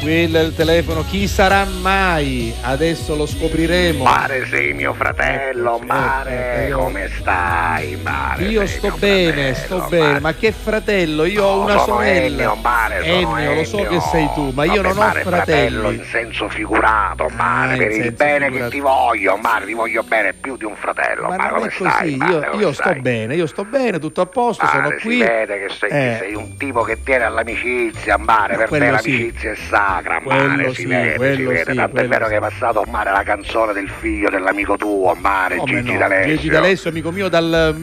quello è il telefono, chi sarà mai? Adesso lo scopriremo. Mare, sei mio fratello, Mare, come stai, Mare? Io sto bene, sto bene, ma che fratello? Io ho una sorella. Ennio, Mare, Ennio, lo so che sei tu, ma io non ho fratelli. In senso figurato, Mare, per il bene che ti voglio, Mare, ti voglio bene più di un fratello. Ma Mare, non come è così, stai, Mare, io sto bene, tutto a posto, Mare, sono qui. Si vede che sei un tipo che tiene all'amicizia, Mare, per te l'amicizia è sacra, Mare, si vede, tanto è vero che hai passato, Mare, la canzone del figlio dell'amico tuo, Mare, Gigi D'Alessio. Gigi D'Alessio, amico mio dal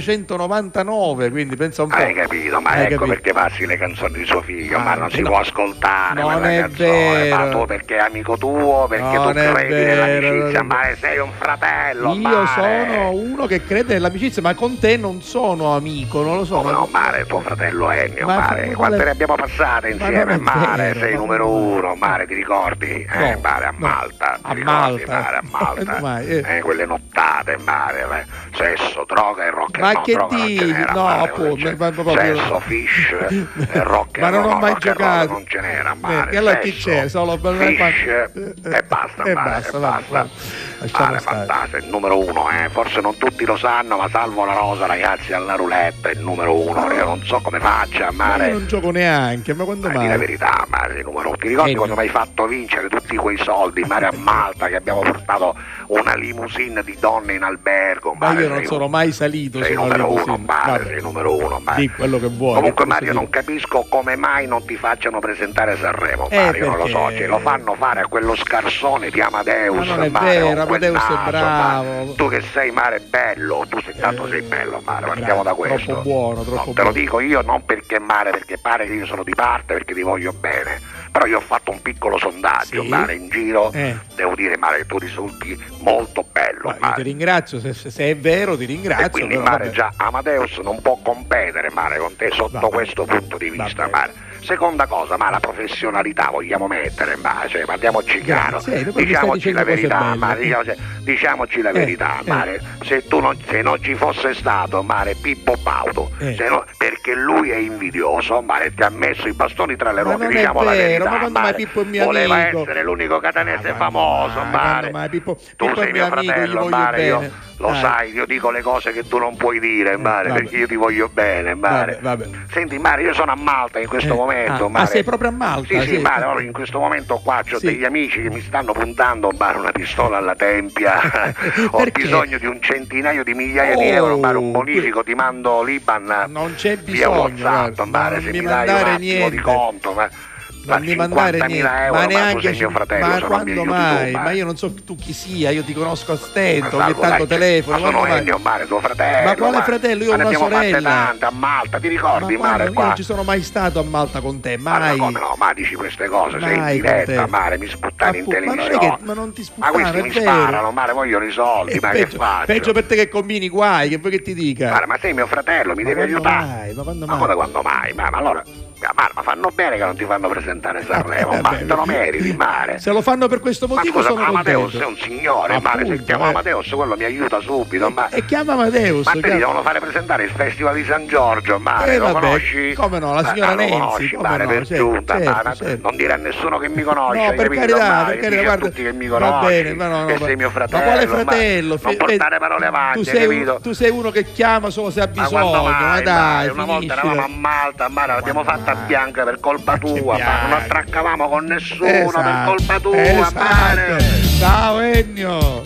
1999, quindi pensa un po'. Hai capito, ma ecco perché passi le canzoni di suo figlio, ma non si può ascoltare non quella è canzone, vero. ma tu perché è amico tuo, perché Non tu è credi vero. nell'amicizia, ma sei un fratello, Io Mare. sono uno che crede nell'amicizia, ma con te non sono amico, non lo so. Come no, Mare, tuo fratello Ennio, Mare, quante ne abbiamo passate insieme, Mare, sei numero uno, Mare, ti ricordi? Mare, a Malta, ti ricordi, Mare, a Malta, quelle nottate, Mare, sesso, droga e rock and roll. Ma che dici? No, appunto, sesso, fish e rock and roll. Ma non ho mai giocato. Non ce n'era, Mare. E allora chi c'è? Solo fish e basta, Mare, Mare, fantastico, il numero uno, forse non tutti lo sanno, ma salvo la rosa, ragazzi, alla roulette, il numero uno, io non so come faccia, Mare. Io non gioco neanche, ma quando mai? Di la verità, Mare, il numero uno. Ti ricordi quando mi hai fatto vincere tutti quei soldi, Mare, a Malta, che abbiamo portato una limousine di donne in albergo, Mare? Ma io non sono mai salito sei su numero una uno, Mare, sei numero uno, Mare. Di quello che vuoi. Comunque, Mare, io non capisco come mai non ti facciano presentare Sanremo, Mare, io non lo so, ce lo fanno fare a quello scarsone di Amadeus, ma non è Mare, vero, Amadeus è bravo. Mare. Tu che sei, Mare, bello, tu sei tanto sei bello, Mare, partiamo da questo. Troppo buono, no, te lo dico io non perché, Mare, perché pare che io sono di parte, perché ti voglio bene, però io ho fatto un piccolo sondaggio, Mare, in giro, devo dire, Mare, che tu risulti molto bello, Mare. Io ti ringrazio, se è vero ti ringrazio. E quindi, Mare, già Amadeus non può competere, Mare, con te sotto questo punto di vista, Mare. Seconda cosa, ma la professionalità vogliamo mettere, ma cioè, parliamoci chiaro, diciamoci la verità, Mare, diciamoci la verità, Mare, se non ci fosse stato, Mare, Pippo Baudo, perché lui è invidioso, Mare, ti ha messo i bastoni tra le ruote, diciamo la verità, ma Mare, Pippo è mio voleva amico. essere l'unico catanese famoso, Mare, tu sei mio fratello, Mare, io lo sai, io dico le cose che tu non puoi dire, Mare, perché io ti voglio bene, Mare. Senti, Mare, io sono a Malta in questo momento, Mare. Sei proprio a Malta? Sì, Mare, ora in questo momento qua ho degli amici che mi stanno puntando, Mare, una pistola alla tempia. Ho bisogno di un centinaio di migliaia di euro, Mare, un bonifico, ti mando l'Iban. Non c'è via bisogno, WhatsApp, Mare, se mi dai un attimo di conto, non mi mandare niente, euro, ma neanche mio fratello, ma quando mai? Ma io non so tu chi sia, io ti conosco a stento, ogni tanto telefono. Ma sono Ennio, Mare, tuo fratello. Ma quale fratello? Io ho una sorella. Tante a Malta, ti ricordi, Mare? Io non ci sono mai stato a Malta con te, mai. Ma come no? Ma dici queste cose, sei in diretta, Mare, mi sputtani in televisione. Ma non ti sputtano, ma questi mi sparano, Mare, vogliono i soldi, ma che faccio? Peggio per te che combini guai, che vuoi che ti dica? Mare, ma sei mio fratello, mi devi aiutare. Ma quando mai? Ma allora... Ma fanno bene che non ti fanno presentare Sanremo, ma te lo meriti, Mare. Se lo fanno per questo motivo, ma scusa, sono Amadeus contento. è un signore, appunto, Mare, se chiamo Amadeus quello mi aiuta subito, e chiama Amadeus. Ma te li devono fare presentare il Festival di San Giorgio, Mare, lo conosci? Come no, la signora Nenzi, conosci, Mare, per giunta, non dire a nessuno che mi conosce, no, per carità, guarda, tutti che mi conosci, che sei mio fratello. Ma quale fratello? Non portare parole avanti, capito? Tu sei uno che chiama solo se ha bisogno, ma dai, una volta eravamo a Malta, Mare, l'abbiamo fatta bianca per colpa tua, non attraccavamo con nessuno per colpa tua, Mare. Ciao Ennio.